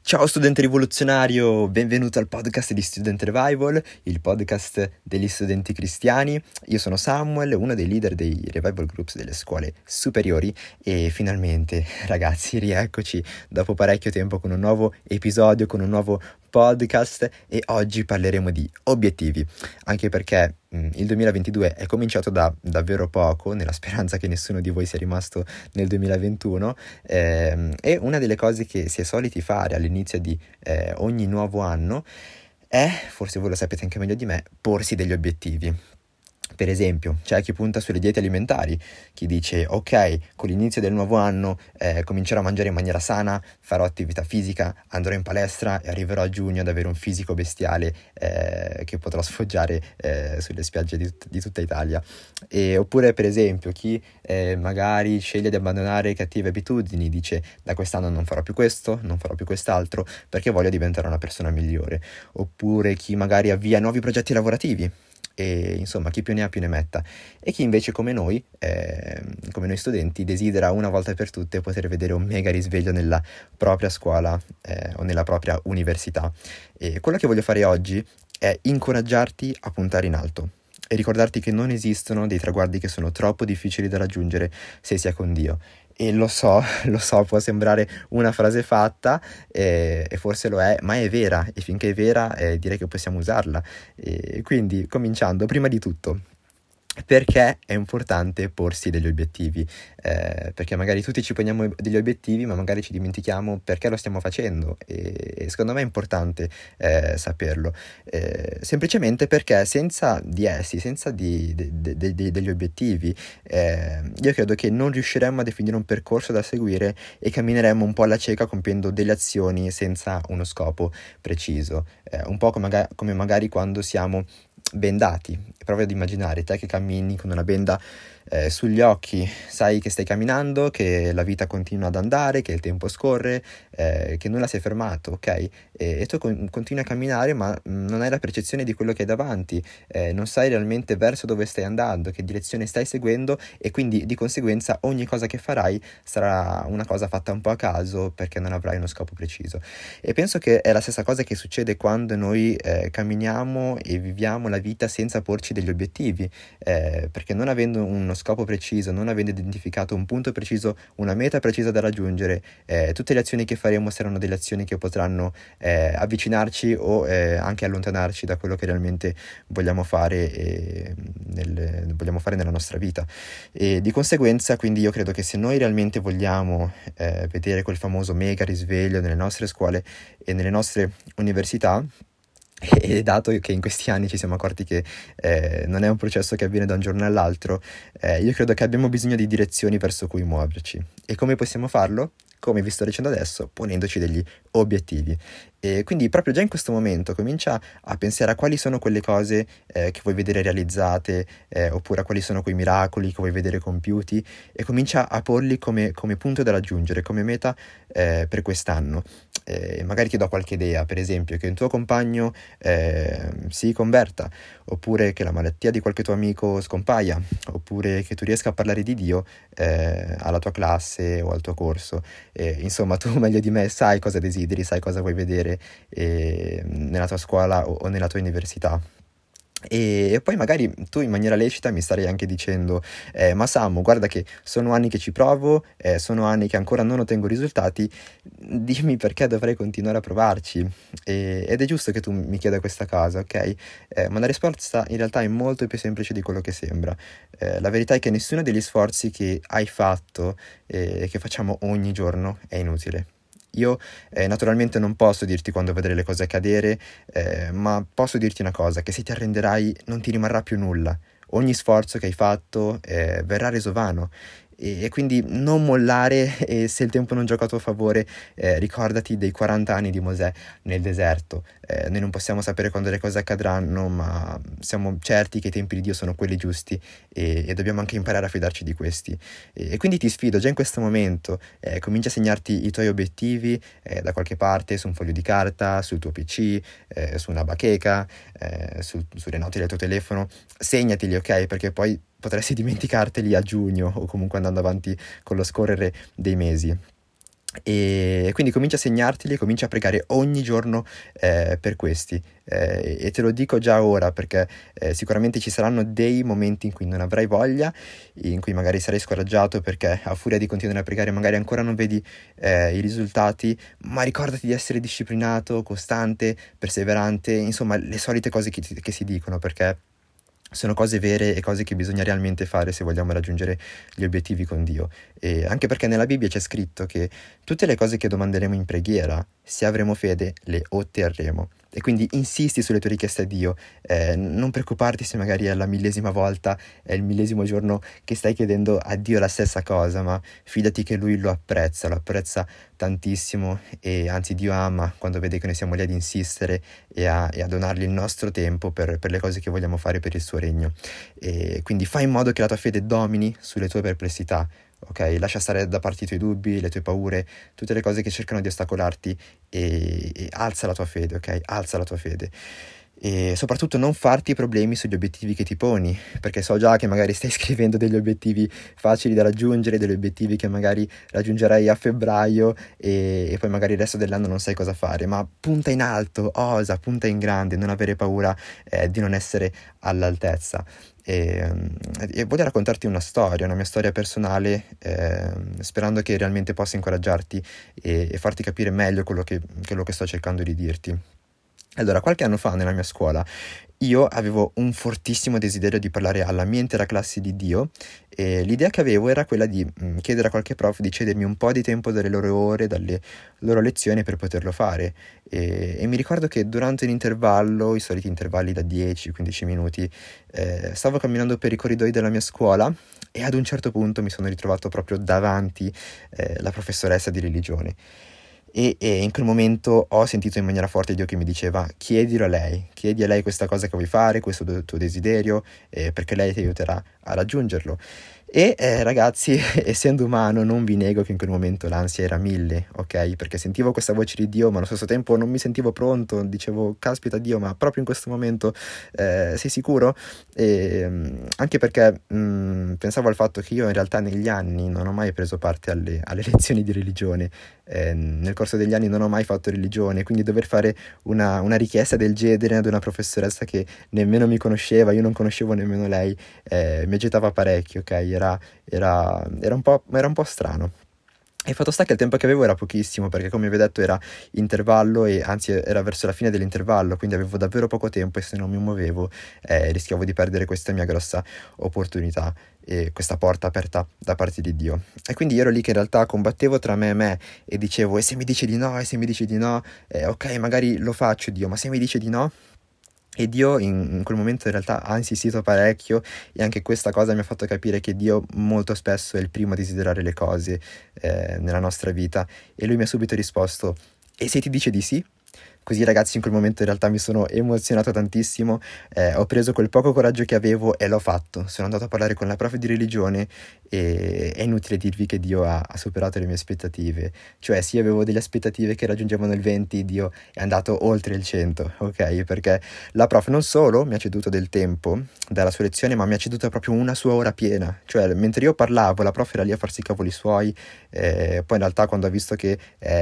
Ciao studente rivoluzionario, benvenuto al podcast di Student Revival, il podcast degli studenti cristiani. Io sono Samuel, uno dei leader dei Revival Groups delle scuole superiori e finalmente, ragazzi, rieccoci dopo parecchio tempo con un nuovo episodio, con un nuovo podcast e oggi parleremo di obiettivi, anche perché il 2022 è cominciato da davvero poco, nella speranza che nessuno di voi sia rimasto nel 2021, e una delle cose che si è soliti fare all'inizio di ogni nuovo anno è, forse voi lo sapete anche meglio di me, porsi degli obiettivi. Per esempio, c'è chi punta sulle diete alimentari, chi dice ok, con l'inizio del nuovo anno comincerò a mangiare in maniera sana, farò attività fisica, andrò in palestra e arriverò a giugno ad avere un fisico bestiale che potrò sfoggiare sulle spiagge di tutta Italia. Oppure per esempio chi magari sceglie di abbandonare cattive abitudini, dice da quest'anno non farò più questo, non farò più quest'altro perché voglio diventare una persona migliore. Oppure chi magari avvia nuovi progetti lavorativi. E insomma chi più ne ha più ne metta, e chi invece come noi studenti desidera una volta per tutte poter vedere un mega risveglio nella propria scuola o nella propria università. E quello che voglio fare oggi è incoraggiarti a puntare in alto e ricordarti che non esistono dei traguardi che sono troppo difficili da raggiungere se si è con Dio. E lo so, può sembrare una frase fatta e forse lo è, ma è vera, e finché è vera direi che possiamo usarla. E quindi, cominciando, prima di tutto, perché è importante porsi degli obiettivi? Perché magari tutti ci poniamo degli obiettivi, ma magari ci dimentichiamo perché lo stiamo facendo, e secondo me è importante saperlo. Semplicemente perché senza di essi, senza degli obiettivi, io credo che non riusciremmo a definire un percorso da seguire e cammineremmo un po' alla cieca compiendo delle azioni senza uno scopo preciso. Un po' come magari quando siamo bendati. Prova ad immaginare te che cammini con una benda sugli occhi, sai che stai camminando, che la vita continua ad andare, che il tempo scorre, che nulla si è fermato, ok? E tu continui a camminare, ma non hai la percezione di quello che hai davanti, non sai realmente verso dove stai andando, che direzione stai seguendo, e quindi di conseguenza ogni cosa che farai sarà una cosa fatta un po' a caso perché non avrai uno scopo preciso. E penso che è la stessa cosa che succede quando noi camminiamo e viviamo la vita senza porci degli obiettivi, perché non avendo uno scopo preciso, non avendo identificato un punto preciso, una meta precisa da raggiungere, tutte le azioni che faremo saranno delle azioni che potranno avvicinarci o anche allontanarci da quello che realmente vogliamo fare nella nostra vita. E di conseguenza, quindi, io credo che se noi realmente vogliamo vedere quel famoso mega risveglio nelle nostre scuole e nelle nostre università, e dato che in questi anni ci siamo accorti che non è un processo che avviene da un giorno all'altro, io credo che abbiamo bisogno di direzioni verso cui muoverci. E come possiamo farlo? Come vi sto dicendo adesso, ponendoci degli obiettivi. E quindi proprio già in questo momento comincia a pensare a quali sono quelle cose che vuoi vedere realizzate, oppure a quali sono quei miracoli che vuoi vedere compiuti, e comincia a porli come punto da raggiungere, come meta per quest'anno. Magari ti do qualche idea, per esempio che un tuo compagno si converta, oppure che la malattia di qualche tuo amico scompaia, oppure che tu riesca a parlare di Dio alla tua classe o al tuo corso. Insomma, tu meglio di me sai cosa desideri, sai cosa vuoi vedere nella tua scuola o nella tua università. E poi magari tu in maniera lecita mi starei anche dicendo ma Samu, guarda che sono anni che ci provo, sono anni che ancora non ottengo risultati, dimmi perché dovrei continuare a provarci. Ed è giusto che tu mi chieda questa cosa, ok? Ma la risposta in realtà è molto più semplice di quello che sembra. La verità è che nessuno degli sforzi che hai fatto e che facciamo ogni giorno è inutile. Io naturalmente non posso dirti quando vedrai le cose accadere, ma posso dirti una cosa, che se ti arrenderai non ti rimarrà più nulla. Ogni sforzo che hai fatto verrà reso vano. E quindi non mollare, e se il tempo non gioca a tuo favore, ricordati dei 40 anni di Mosè nel deserto. Noi non possiamo sapere quando le cose accadranno, ma siamo certi che i tempi di Dio sono quelli giusti e dobbiamo anche imparare a fidarci di questi. E quindi ti sfido già in questo momento, comincia a segnarti i tuoi obiettivi da qualche parte, su un foglio di carta, sul tuo PC, su una bacheca, sulle note del tuo telefono. Segnateli, ok? Perché poi potresti dimenticarteli a giugno o comunque andando avanti con lo scorrere dei mesi. E quindi comincia a segnarteli, comincia a pregare ogni giorno per questi. E te lo dico già ora perché sicuramente ci saranno dei momenti in cui non avrai voglia, in cui magari sarai scoraggiato perché a furia di continuare a pregare magari ancora non vedi i risultati, ma ricordati di essere disciplinato, costante, perseverante, insomma le solite cose che si dicono, perché sono cose vere e cose che bisogna realmente fare se vogliamo raggiungere gli obiettivi con Dio. E anche perché nella Bibbia c'è scritto che tutte le cose che domanderemo in preghiera, se avremo fede, le otterremo. E quindi insisti sulle tue richieste a Dio, non preoccuparti se magari è la millesima volta, è il millesimo giorno che stai chiedendo a Dio la stessa cosa, ma fidati che Lui lo apprezza tantissimo, e anzi Dio ama quando vede che noi siamo lì ad insistere e a donargli il nostro tempo per le cose che vogliamo fare per il suo regno. E quindi fai in modo che la tua fede domini sulle tue perplessità. Ok, lascia stare da parte i tuoi dubbi, le tue paure, tutte le cose che cercano di ostacolarti, e alza la tua fede, ok? Alza la tua fede. E soprattutto non farti problemi sugli obiettivi che ti poni, perché so già che magari stai scrivendo degli obiettivi facili da raggiungere, degli obiettivi che magari raggiungerai a febbraio e poi magari il resto dell'anno non sai cosa fare, ma punta in alto, osa, punta in grande, non avere paura di non essere all'altezza. E voglio raccontarti una mia storia personale, sperando che realmente possa incoraggiarti e farti capire meglio quello che sto cercando di dirti. Allora, qualche anno fa nella mia scuola io avevo un fortissimo desiderio di parlare alla mia intera classe di Dio, e l'idea che avevo era quella di chiedere a qualche prof di cedermi un po' di tempo dalle loro ore, dalle loro lezioni per poterlo fare. E mi ricordo che durante l'intervallo, i soliti intervalli da 10-15 minuti, stavo camminando per i corridoi della mia scuola e ad un certo punto mi sono ritrovato proprio davanti la professoressa di religione. E in quel momento ho sentito in maniera forte Dio che mi diceva: chiedi a lei questa cosa che vuoi fare, questo tuo desiderio, perché lei ti aiuterà a raggiungerlo. E ragazzi, essendo umano, non vi nego che in quel momento l'ansia era 1000, ok? Perché sentivo questa voce di Dio, ma allo stesso tempo non mi sentivo pronto, dicevo: caspita Dio, ma proprio in questo momento sei sicuro? Anche perché pensavo al fatto che io in realtà negli anni non ho mai preso parte alle lezioni di religione. Nel corso degli anni non ho mai fatto religione, quindi dover fare una richiesta del genere ad una professoressa che nemmeno mi conosceva, io non conoscevo nemmeno lei, mi agitava parecchio, ok? Era un po' strano. E fatto sta che il tempo che avevo era pochissimo, perché come vi ho detto era intervallo, e anzi era verso la fine dell'intervallo, quindi avevo davvero poco tempo, e se non mi muovevo rischiavo di perdere questa mia grossa opportunità e questa porta aperta da parte di Dio. E quindi io ero lì che in realtà combattevo tra me e dicevo: e se mi dice di no, e se mi dice di no, ok, magari lo faccio Dio, ma se mi dice di no? E Dio in quel momento in realtà ha insistito parecchio, e anche questa cosa mi ha fatto capire che Dio molto spesso è il primo a desiderare le cose nella nostra vita, e Lui mi ha subito risposto: e se ti dice di sì? Così ragazzi, in quel momento in realtà mi sono emozionato tantissimo, ho preso quel poco coraggio che avevo e l'ho fatto. Sono andato a parlare con la prof di religione, e è inutile dirvi che Dio ha superato le mie aspettative. Cioè, sì, avevo delle aspettative che raggiungevano il 20, Dio è andato oltre il 100, ok? Perché la prof non solo mi ha ceduto del tempo dalla sua lezione, ma mi ha ceduto proprio una sua ora piena. Cioè, mentre io parlavo, la prof era lì a farsi i cavoli suoi, poi in realtà quando ha visto che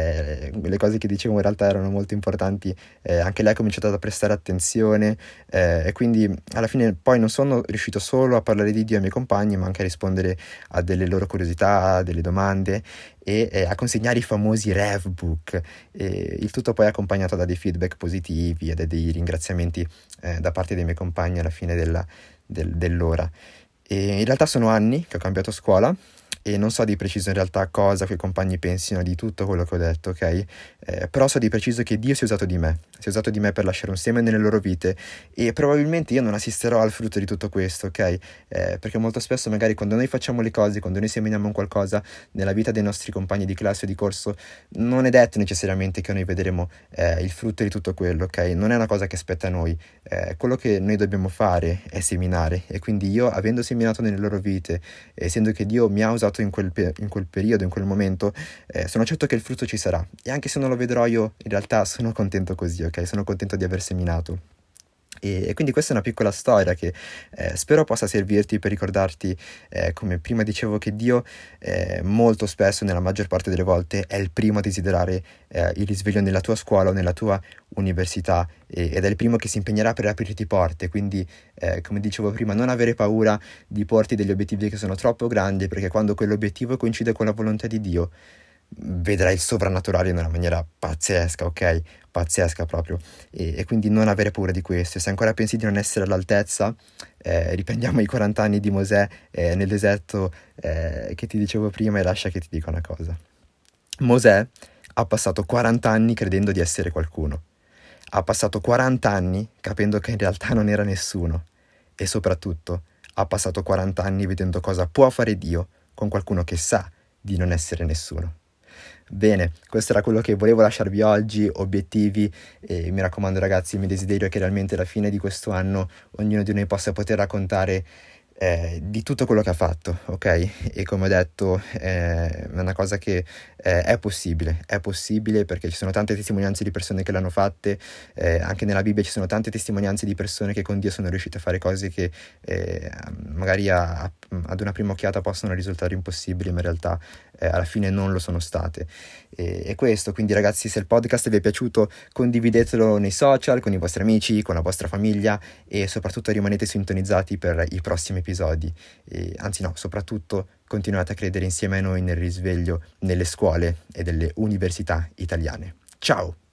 le cose che dicevo in realtà erano molto importanti, anche lei ha cominciato a prestare attenzione, e quindi alla fine poi non sono riuscito solo a parlare di Dio ai miei compagni, ma anche a rispondere a delle loro curiosità, a delle domande, e a consegnare i famosi Rev Book, il tutto poi accompagnato da dei feedback positivi e da dei ringraziamenti da parte dei miei compagni alla fine dell'ora. E in realtà sono anni che ho cambiato scuola, e non so di preciso in realtà cosa quei compagni pensino di tutto quello che ho detto, ok? Però so di preciso che Dio si è usato di me per lasciare un seme nelle loro vite, e probabilmente io non assisterò al frutto di tutto questo, ok? Perché molto spesso magari quando noi facciamo le cose, quando noi seminiamo un qualcosa nella vita dei nostri compagni di classe o di corso, non è detto necessariamente che noi vedremo il frutto di tutto quello, ok? Non è una cosa che spetta a noi. Quello che noi dobbiamo fare è seminare, e quindi io, avendo seminato nelle loro vite, essendo che Dio mi ha usato in quel periodo, in quel momento, sono certo che il frutto ci sarà, e anche se non lo vedrò io, in realtà sono contento così, ok? Sono contento di aver seminato. E quindi questa è una piccola storia che spero possa servirti per ricordarti, come prima dicevo, che Dio molto spesso, nella maggior parte delle volte, è il primo a desiderare il risveglio nella tua scuola o nella tua università, ed è il primo che si impegnerà per aprirti porte. Quindi, come dicevo prima, non avere paura di porti degli obiettivi che sono troppo grandi, perché quando quell'obiettivo coincide con la volontà di Dio, vedrai il sovrannaturale in una maniera pazzesca, ok? Pazzesca proprio. E quindi non avere paura di questo. E se ancora pensi di non essere all'altezza, riprendiamo i 40 anni di Mosè nel deserto, che ti dicevo prima, e lascia che ti dica una cosa. Mosè ha passato 40 anni credendo di essere qualcuno. Ha passato 40 anni capendo che in realtà non era nessuno. E soprattutto ha passato 40 anni vedendo cosa può fare Dio con qualcuno che sa di non essere nessuno. Bene, questo era quello che volevo lasciarvi oggi, obiettivi, e mi raccomando ragazzi, il mio desiderio è che realmente alla fine di questo anno ognuno di noi possa poter raccontare di tutto quello che ha fatto, ok? E come ho detto, è una cosa che è possibile perché ci sono tante testimonianze di persone che l'hanno fatte, anche nella Bibbia ci sono tante testimonianze di persone che con Dio sono riuscite a fare cose che magari ad una prima occhiata possono risultare impossibili, ma in realtà alla fine non lo sono state. E questo, quindi ragazzi, se il podcast vi è piaciuto, condividetelo nei social, con i vostri amici, con la vostra famiglia, e soprattutto rimanete sintonizzati per i prossimi episodi. Anzi no, soprattutto continuate a credere insieme a noi nel risveglio nelle scuole e delle università italiane. Ciao!